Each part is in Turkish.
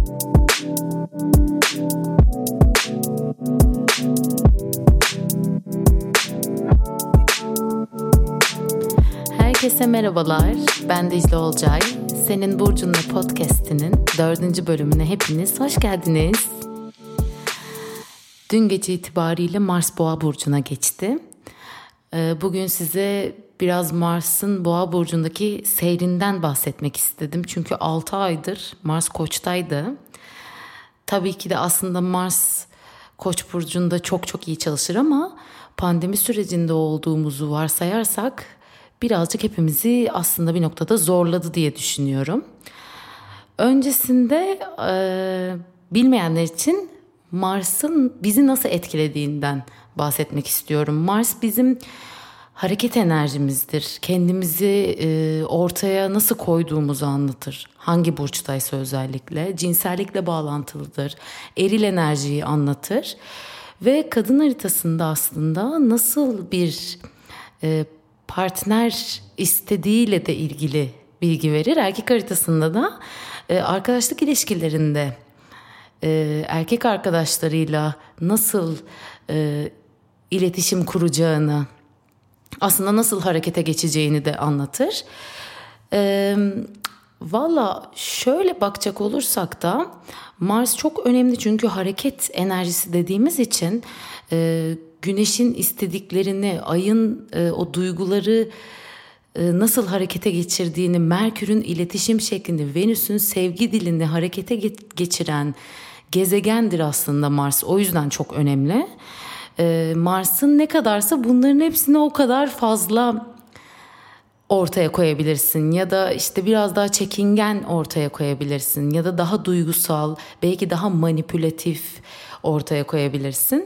Herkese merhabalar, ben Dicle Olcay. Senin Burcun'la podcast'inin 4. bölümüne hepiniz hoş geldiniz. Dün gece itibariyle Mars Boğa Burcu'na geçti. Bugün size biraz Mars'ın Boğa Burcu'ndaki seyrinden bahsetmek istedim. Çünkü 6 aydır Mars Koç'taydı. Tabii ki de aslında Mars Koç burcunda çok iyi çalışır ama pandemi sürecinde olduğumuzu varsayarsak birazcık hepimizi aslında bir noktada zorladı diye düşünüyorum. Öncesinde bilmeyenler için Mars'ın bizi nasıl etkilediğinden bahsetmek istiyorum. Mars bizim hareket enerjimizdir. Kendimizi ortaya nasıl koyduğumuzu anlatır. Hangi burçtaysa özellikle. Cinsellikle bağlantılıdır. Eril enerjiyi anlatır. Ve kadın haritasında aslında nasıl bir partner istediğiyle de ilgili bilgi verir. Erkek haritasında da arkadaşlık ilişkilerinde erkek arkadaşlarıyla nasıl iletişim kuracağını, aslında nasıl harekete geçeceğini de anlatır. Valla şöyle bakacak olursak da Mars çok önemli çünkü hareket enerjisi dediğimiz için Güneşin istediklerini, ayın o duyguları nasıl harekete geçirdiğini, Merkür'ün iletişim şeklini, Venüs'ün sevgi dilini harekete geçiren gezegendir aslında Mars. O yüzden çok önemli. Mars'ın ne kadarsa bunların hepsini o kadar fazla ortaya koyabilirsin ya da işte biraz daha çekingen ortaya koyabilirsin ya da daha duygusal, belki daha manipülatif ortaya koyabilirsin.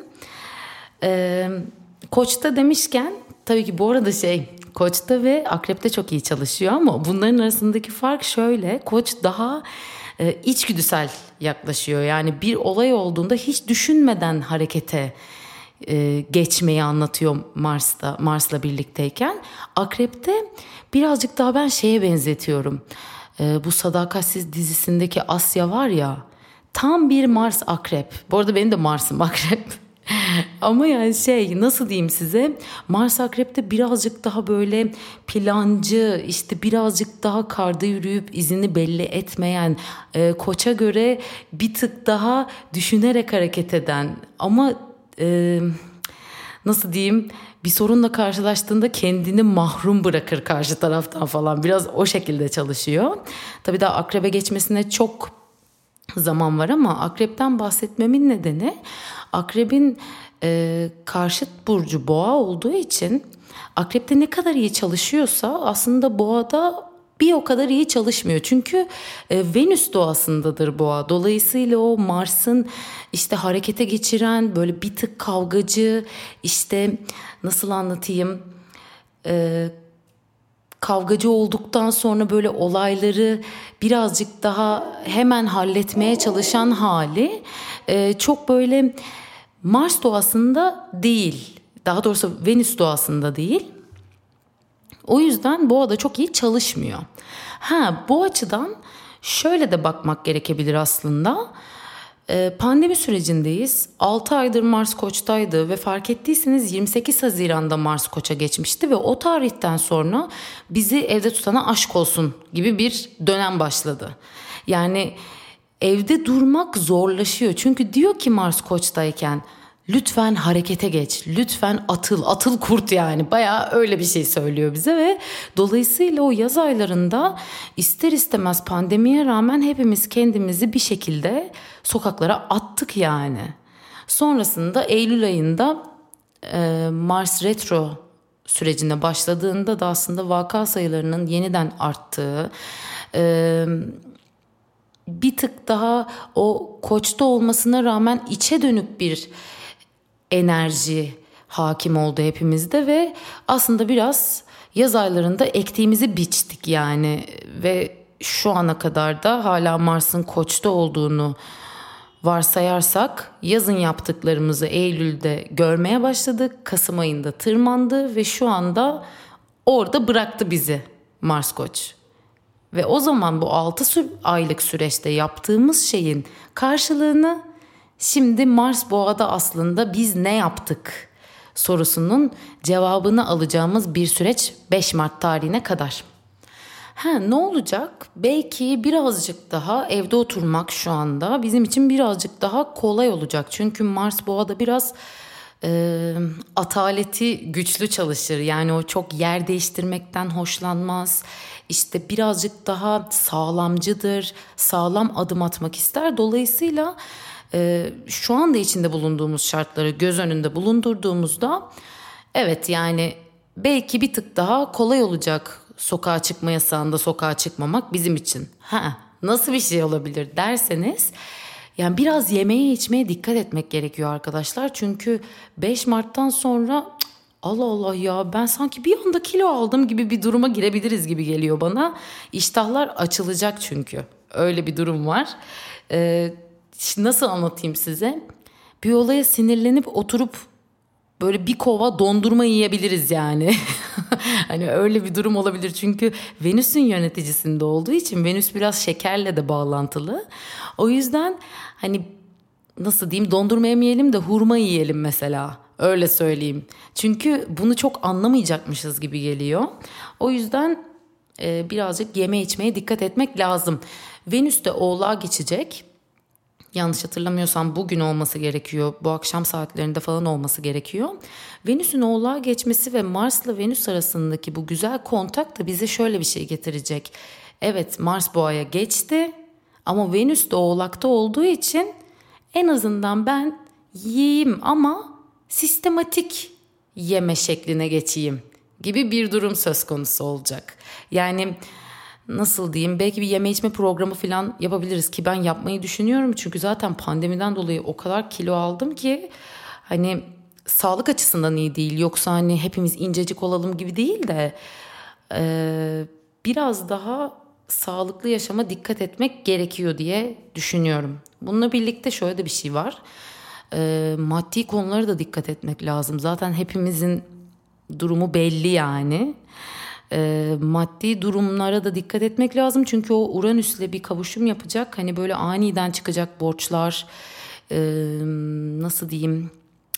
Koç'ta demişken tabii ki bu arada Koç'ta ve Akrep'te çok iyi çalışıyor ama bunların arasındaki fark şöyle: Koç daha içgüdüsel yaklaşıyor. Yani bir olay olduğunda hiç düşünmeden harekete geçmeyi anlatıyor Mars'la birlikteyken. Akrep'te birazcık daha ben şeye benzetiyorum. Bu Sadakatsiz dizisindeki Asya var ya, tam bir Mars Akrep. Bu arada benim de Mars'ım Akrep. Ama yani nasıl diyeyim size, Mars Akrep'te birazcık daha böyle plancı, işte birazcık daha karda yürüyüp izini belli etmeyen, Koç'a göre bir tık daha düşünerek hareket eden ama nasıl diyeyim, bir sorunla karşılaştığında kendini mahrum bırakır karşı taraftan falan, biraz o şekilde çalışıyor. Tabii daha Akrep'e geçmesine çok zaman var ama Akrep'ten bahsetmemin nedeni, Akrep'in karşıt burcu Boğa olduğu için Akrep'te ne kadar iyi çalışıyorsa aslında Boğa'da bir o kadar iyi çalışmıyor. Çünkü Venüs doğasındadır Boğa. Dolayısıyla o Mars'ın işte harekete geçiren, böyle bir tık kavgacı, işte nasıl anlatayım, kavgacı olduktan sonra böyle olayları birazcık daha hemen halletmeye çalışan hali çok böyle Mars doğasında değil. Daha doğrusu Venüs doğasında değil. O yüzden Boğa'da çok iyi çalışmıyor. Bu açıdan şöyle de bakmak gerekebilir aslında. Pandemi sürecindeyiz. 6 aydır Mars Koç'taydı ve fark ettiyseniz 28 Haziran'da Mars Koç'a geçmişti ve o tarihten sonra bizi evde tutana aşk olsun gibi bir dönem başladı. Yani evde durmak zorlaşıyor. Çünkü diyor ki Mars Koç'tayken lütfen harekete geç, lütfen atıl kurt, yani bayağı öyle bir şey söylüyor bize ve dolayısıyla o yaz aylarında ister istemez pandemiye rağmen hepimiz kendimizi bir şekilde sokaklara attık yani. Sonrasında Eylül ayında Mars retro sürecine başladığında da aslında vaka sayılarının yeniden arttığı, bir tık daha o Koç'ta olmasına rağmen içe dönük bir enerji hakim oldu hepimizde ve aslında biraz yaz aylarında ektiğimizi biçtik yani ve şu ana kadar da hala Mars'ın Koç'ta olduğunu varsayarsak yazın yaptıklarımızı Eylül'de görmeye başladık. Kasım ayında tırmandı ve şu anda orada bıraktı bizi Mars Koç. Ve o zaman bu 6 aylık süreçte yaptığımız şeyin karşılığını şimdi Mars Boğa'da aslında biz ne yaptık sorusunun cevabını alacağımız bir süreç 5 Mart tarihine kadar. Ne olacak? Belki birazcık daha evde oturmak şu anda bizim için birazcık daha kolay olacak. Çünkü Mars Boğa'da biraz ataleti güçlü çalışır. Yani o çok yer değiştirmekten hoşlanmaz. İşte birazcık daha sağlamcıdır. Sağlam adım atmak ister. Dolayısıyla şu anda içinde bulunduğumuz şartları göz önünde bulundurduğumuzda evet yani belki bir tık daha kolay olacak sokağa çıkma yasağında sokağa çıkmamak bizim için. Nasıl bir şey olabilir derseniz yani biraz yemeye içmeye dikkat etmek gerekiyor arkadaşlar. Çünkü 5 Mart'tan sonra Allah Allah ya ben sanki bir anda kilo aldım gibi bir duruma girebiliriz gibi geliyor bana. İştahlar açılacak çünkü öyle bir durum var. Nasıl anlatayım size? Bir olaya sinirlenip oturup böyle bir kova dondurma yiyebiliriz yani. Hani öyle bir durum olabilir çünkü Venüs'ün yöneticisinde olduğu için Venüs biraz şekerle de bağlantılı. O yüzden hani nasıl diyeyim dondurma yemeyelim de hurma yiyelim mesela. Öyle söyleyeyim. Çünkü bunu çok anlamayacakmışız gibi geliyor. O yüzden birazcık yeme içmeye dikkat etmek lazım. Venüs de Oğlağa geçecek. Yanlış hatırlamıyorsam bugün olması gerekiyor. Bu akşam saatlerinde falan olması gerekiyor. Venüs'ün Oğlağa geçmesi ve Mars'la Venüs arasındaki bu güzel kontak da bize şöyle bir şey getirecek. Evet Mars Boğa'ya geçti ama Venüs de Oğlak'ta olduğu için en azından ben yiyeyim ama sistematik yeme şekline geçeyim gibi bir durum söz konusu olacak. Yani nasıl diyeyim belki bir yeme içme programı falan yapabiliriz ki ben yapmayı düşünüyorum. Çünkü zaten pandemiden dolayı o kadar kilo aldım ki hani sağlık açısından iyi değil. Yoksa hani hepimiz incecik olalım gibi değil de biraz daha sağlıklı yaşama dikkat etmek gerekiyor diye düşünüyorum. Bununla birlikte şöyle de bir şey var. Maddi konulara da dikkat etmek lazım. Zaten hepimizin durumu belli yani. Maddi durumlara da dikkat etmek lazım. Çünkü o Uranüs'le bir kavuşum yapacak. Hani böyle aniden çıkacak borçlar, nasıl diyeyim,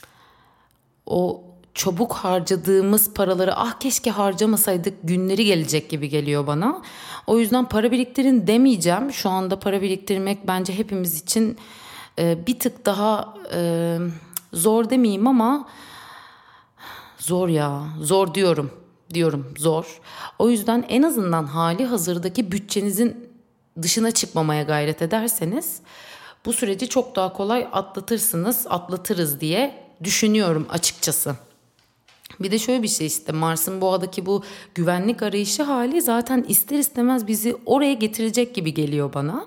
o çabuk harcadığımız paraları keşke harcamasaydık günleri gelecek gibi geliyor bana. O yüzden para biriktirin demeyeceğim. Şu anda para biriktirmek bence hepimiz için bir tık daha zor demeyeyim ama zor ya. Zor diyorum zor. O yüzden en azından hali hazırdaki bütçenizin dışına çıkmamaya gayret ederseniz bu süreci çok daha kolay atlatırız diye düşünüyorum açıkçası. Bir de şöyle bir şey işte Mars'ın Boğa'daki bu güvenlik arayışı hali zaten ister istemez bizi oraya getirecek gibi geliyor bana.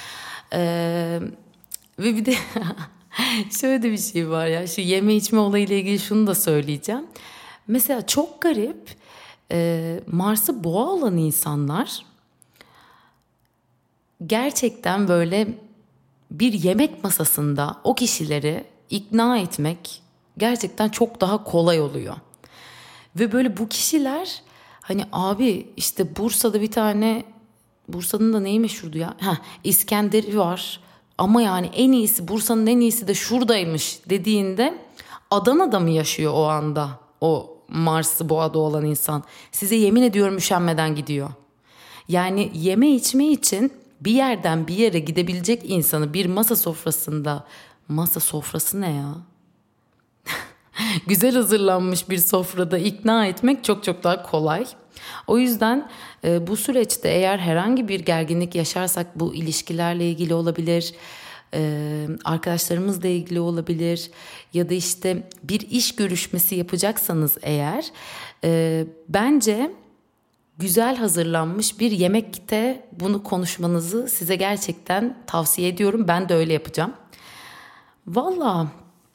Ve bir de şöyle de bir şey var ya şu yeme içme olayıyla ilgili şunu da söyleyeceğim. Mesela çok garip Mars'ı Boğa olan insanlar gerçekten böyle bir yemek masasında o kişileri ikna etmek gerçekten çok daha kolay oluyor. Ve böyle bu kişiler hani abi işte Bursa'da bir tane Bursa'nın da neyi meşhurdu ya? İskender'i var. Ama yani en iyisi Bursa'nın en iyisi de şuradaymış dediğinde Adana'da mı yaşıyor o anda o Mars'ı Boğa'da olan insan? Size yemin ediyorum üşenmeden gidiyor. Yani yeme içme için bir yerden bir yere gidebilecek insanı bir masa sofrası ne ya? Güzel hazırlanmış bir sofrada ikna etmek çok çok daha kolay. O yüzden bu süreçte eğer herhangi bir gerginlik yaşarsak bu ilişkilerle ilgili olabilir, arkadaşlarımızla ilgili olabilir ya da işte bir iş görüşmesi yapacaksanız eğer bence güzel hazırlanmış bir yemekte bunu konuşmanızı size gerçekten tavsiye ediyorum. Ben de öyle yapacağım. Vallahi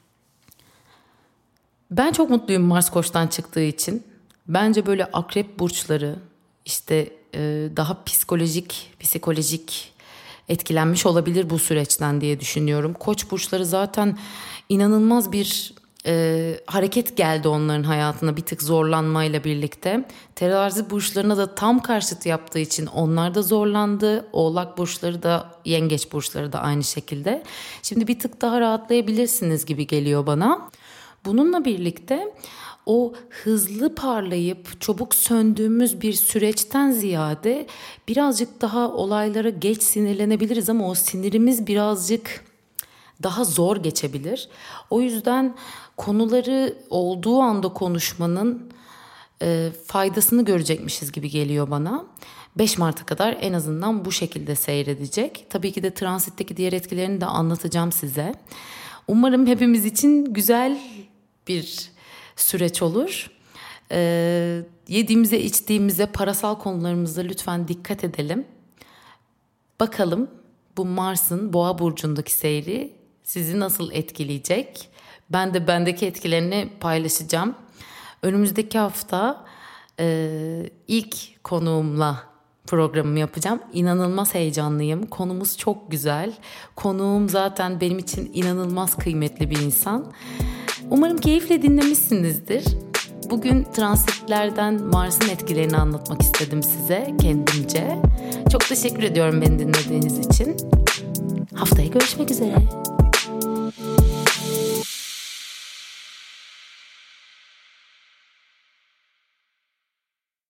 ben çok mutluyum Mars Koç'tan çıktığı için. Bence böyle akrep burçları işte daha psikolojik etkilenmiş olabilir bu süreçten diye düşünüyorum. Koç burçları zaten inanılmaz bir hareket geldi onların hayatına bir tık zorlanmayla birlikte. Terazi burçlarına da tam karşıt yaptığı için onlar da zorlandı. Oğlak burçları da, yengeç burçları da aynı şekilde. Şimdi bir tık daha rahatlayabilirsiniz gibi geliyor bana. Bununla birlikte o hızlı parlayıp çabuk söndüğümüz bir süreçten ziyade birazcık daha olaylara geç sinirlenebiliriz ama o sinirimiz birazcık daha zor geçebilir. O yüzden konuları olduğu anda konuşmanın faydasını görecekmişiz gibi geliyor bana. 5 Mart'a kadar en azından bu şekilde seyredecek. Tabii ki de transitteki diğer etkilerini de anlatacağım size. Umarım hepimiz için güzel bir süreç olur. Yediğimize, içtiğimize, parasal konularımıza lütfen dikkat edelim. Bakalım bu Mars'ın Boğa burcundaki seyri sizi nasıl etkileyecek? Ben de bendeki etkilerini paylaşacağım. Önümüzdeki hafta ilk konuğumla programımı yapacağım. İnanılmaz heyecanlıyım. Konumuz çok güzel. Konuğum zaten benim için inanılmaz kıymetli bir insan. Umarım keyifle dinlemişsinizdir. Bugün transitlerden Mars'ın etkilerini anlatmak istedim size kendimce. Çok teşekkür ediyorum beni dinlediğiniz için. Haftaya görüşmek üzere.